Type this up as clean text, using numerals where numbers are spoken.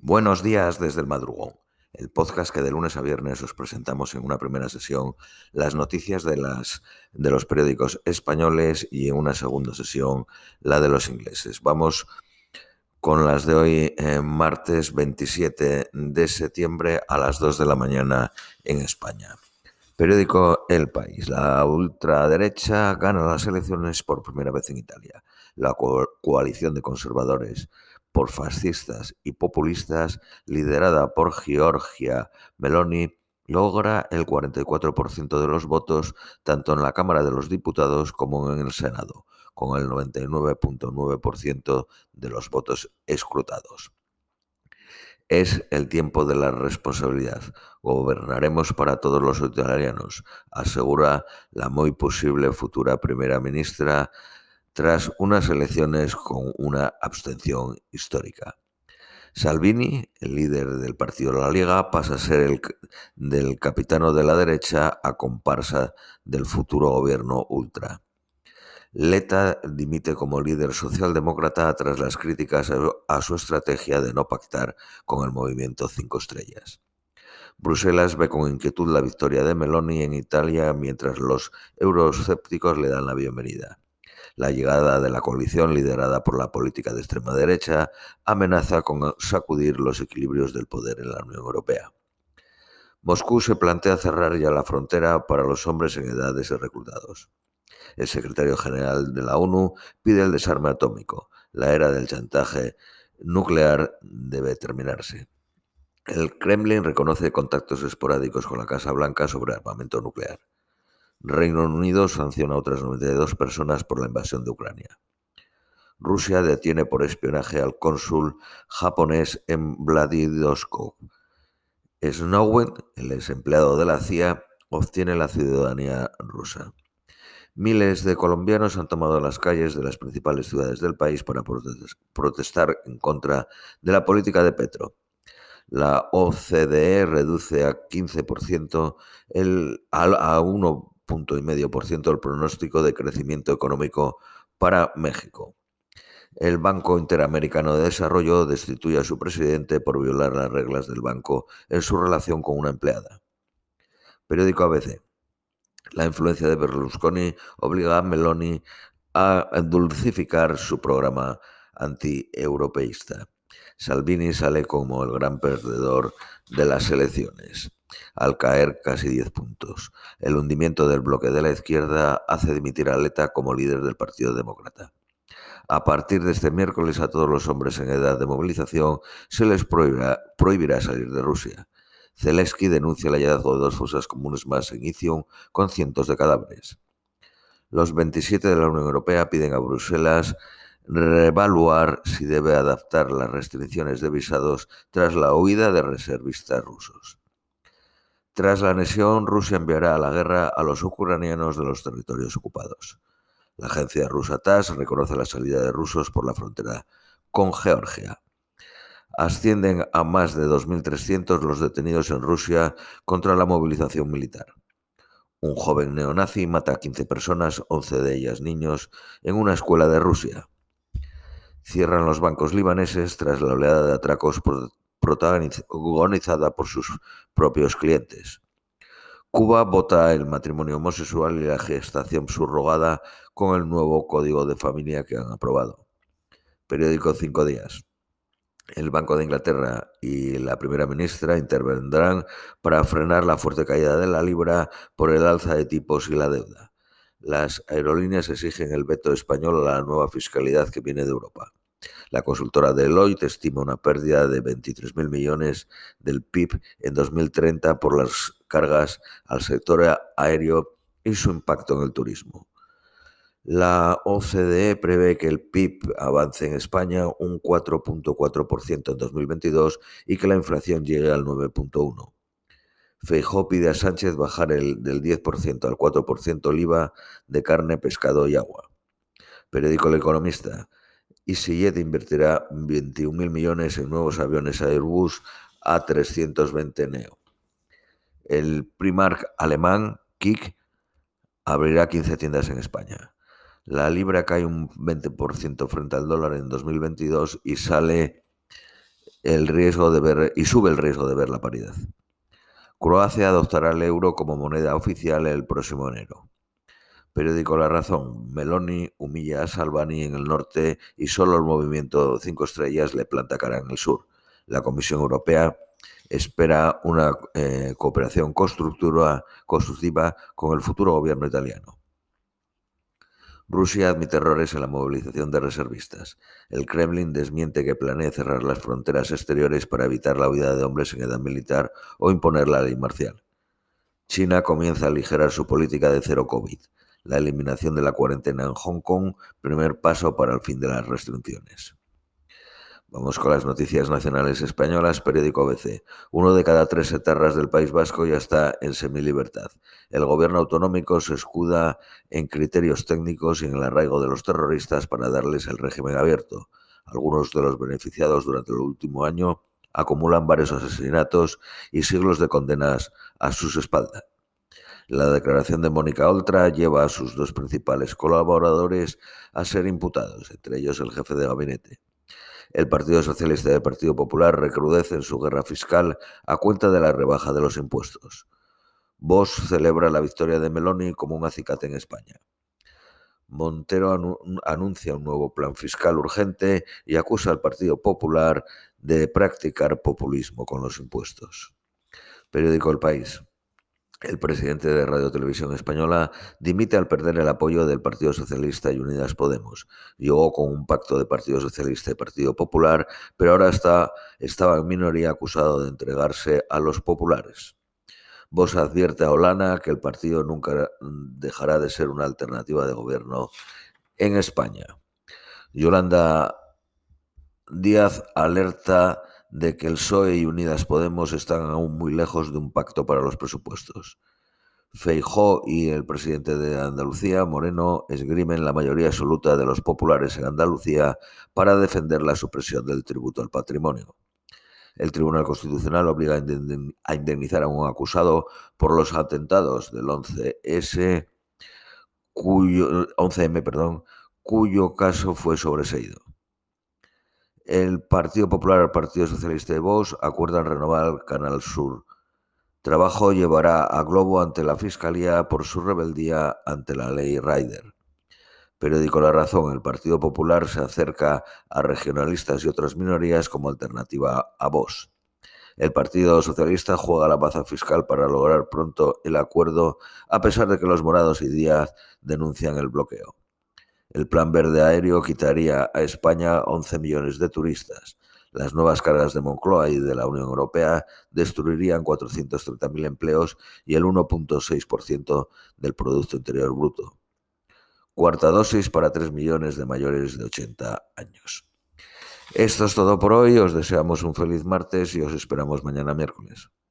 Buenos días desde el madrugón, el podcast que de lunes a viernes os presentamos en una primera sesión las noticias de los periódicos españoles y en una segunda sesión la de los ingleses. Vamos con las de hoy, martes 27 de septiembre a las 2 de la mañana en España. Periódico El País. La ultraderecha gana las elecciones por primera vez en Italia. La coalición de conservadores por fascistas y populistas, liderada por Giorgia Meloni, logra el 44% de los votos tanto en la Cámara de los Diputados como en el Senado, con el 99,9% de los votos escrutados. Es el tiempo de la responsabilidad. Gobernaremos para todos los italianos, asegura la muy posible futura primera ministra tras unas elecciones con una abstención histórica. Salvini, el líder del partido La Lega, pasa a ser del capitano de la derecha a comparsa del futuro gobierno ultra. Letta dimite como líder socialdemócrata tras las críticas a su estrategia de no pactar con el movimiento 5 estrellas. Bruselas ve con inquietud la victoria de Meloni en Italia mientras los euroescépticos le dan la bienvenida. La llegada de la coalición liderada por la política de extrema derecha amenaza con sacudir los equilibrios del poder en la Unión Europea. Moscú se plantea cerrar ya la frontera para los hombres en edad de ser reclutados. El secretario general de la ONU pide el desarme atómico. La era del chantaje nuclear debe terminarse. El Kremlin reconoce contactos esporádicos con la Casa Blanca sobre armamento nuclear. Reino Unido sanciona a otras 92 personas por la invasión de Ucrania. Rusia detiene por espionaje al cónsul japonés en Vladivostok. Snowden, el ex empleado de la CIA, obtiene la ciudadanía rusa. Miles de colombianos han tomado las calles de las principales ciudades del país para protestar en contra de la política de Petro. La OCDE reduce a 15% a 1,5% el pronóstico de crecimiento económico para México. El Banco Interamericano de Desarrollo destituye a su presidente por violar las reglas del banco en su relación con una empleada. Periódico ABC. La influencia de Berlusconi obliga a Meloni a dulcificar su programa anti-europeísta. Salvini sale como el gran perdedor de las elecciones, al caer casi 10 puntos. El hundimiento del bloque de la izquierda hace dimitir a Letta como líder del Partido Demócrata. A partir de este miércoles a todos los hombres en edad de movilización se les prohibirá salir de Rusia. Zelensky denuncia el hallazgo de 2 fosas comunes más en Izium con cientos de cadáveres. Los 27 de la Unión Europea piden a Bruselas reevaluar si debe adaptar las restricciones de visados tras la huida de reservistas rusos. Tras la anexión, Rusia enviará a la guerra a los ucranianos de los territorios ocupados. La agencia rusa TASS reconoce la salida de rusos por la frontera con Georgia. Ascienden a más de 2.300 los detenidos en Rusia contra la movilización militar. Un joven neonazi mata a 15 personas, 11 de ellas niños, en una escuela de Rusia. Cierran los bancos libaneses tras la oleada de atracos protagonizada por sus propios clientes. Cuba vota el matrimonio homosexual y la gestación subrogada con el nuevo código de familia que han aprobado. Periódico 5 días. El Banco de Inglaterra y la primera ministra intervendrán para frenar la fuerte caída de la libra por el alza de tipos y la deuda. Las aerolíneas exigen el veto español a la nueva fiscalidad que viene de Europa. La consultora Deloitte estima una pérdida de 23.000 millones del PIB en 2030 por las cargas al sector aéreo y su impacto en el turismo. La OCDE prevé que el PIB avance en España un 4,4% en 2022 y que la inflación llegue al 9,1%. Feijóo pide a Sánchez bajar del 10% al 4% el IVA de carne, pescado y agua. Periódico El Economista. EasyJet invertirá 21.000 millones en nuevos aviones Airbus A320neo. El Primark alemán, KIK, abrirá 15 tiendas en España. La libra cae un 20% frente al dólar en 2022 y sale sube el riesgo de ver la paridad. Croacia adoptará el euro como moneda oficial el próximo enero. Periódico La Razón. Meloni humilla a Salvini en el norte y solo el movimiento 5 estrellas le planta cara en el sur. La Comisión Europea espera una cooperación constructiva con el futuro gobierno italiano. Rusia admite errores en la movilización de reservistas. El Kremlin desmiente que planee cerrar las fronteras exteriores para evitar la huida de hombres en edad militar o imponer la ley marcial. China comienza a aligerar su política de cero COVID. La eliminación de la cuarentena en Hong Kong, primer paso para el fin de las restricciones. Vamos con las noticias nacionales españolas. Periódico ABC. 1 de cada 3 etarras del País Vasco ya está en semilibertad. El gobierno autonómico se escuda en criterios técnicos y en el arraigo de los terroristas para darles el régimen abierto. Algunos de los beneficiados durante el último año acumulan varios asesinatos y siglos de condenas a sus espaldas. La declaración de Mónica Oltra lleva a sus 2 principales colaboradores a ser imputados, entre ellos el jefe de gabinete. El Partido Socialista y el Partido Popular recrudecen su guerra fiscal a cuenta de la rebaja de los impuestos. Vox celebra la victoria de Meloni como un acicate en España. Montero anuncia un nuevo plan fiscal urgente y acusa al Partido Popular de practicar populismo con los impuestos. Periódico El País. El presidente de Radio Televisión Española dimite al perder el apoyo del Partido Socialista y Unidas Podemos. Llegó con un pacto de Partido Socialista y Partido Popular, pero ahora estaba en minoría acusado de entregarse a los populares. Vox advierte a Olana que el partido nunca dejará de ser una alternativa de gobierno en España. Yolanda Díaz alerta de que el PSOE y Unidas Podemos están aún muy lejos de un pacto para los presupuestos. Feijóo y el presidente de Andalucía, Moreno, esgrimen la mayoría absoluta de los populares en Andalucía para defender la supresión del tributo al patrimonio. El Tribunal Constitucional obliga a indemnizar a un acusado por los atentados del 11M, cuyo caso fue sobreseído. El Partido Popular, el Partido Socialista y Vox acuerdan renovar Canal Sur. Trabajo llevará a Globo ante la Fiscalía por su rebeldía ante la ley Rider. Periódico La Razón. El Partido Popular se acerca a regionalistas y otras minorías como alternativa a Vox. El Partido Socialista juega la baza fiscal para lograr pronto el acuerdo, a pesar de que los morados y Díaz denuncian el bloqueo. El Plan Verde Aéreo quitaría a España 11 millones de turistas. Las nuevas cargas de Moncloa y de la Unión Europea destruirían 430.000 empleos y el 1,6% del Producto Interior Bruto. Cuarta dosis para 3 millones de mayores de 80 años. Esto es todo por hoy. Os deseamos un feliz martes y os esperamos mañana miércoles.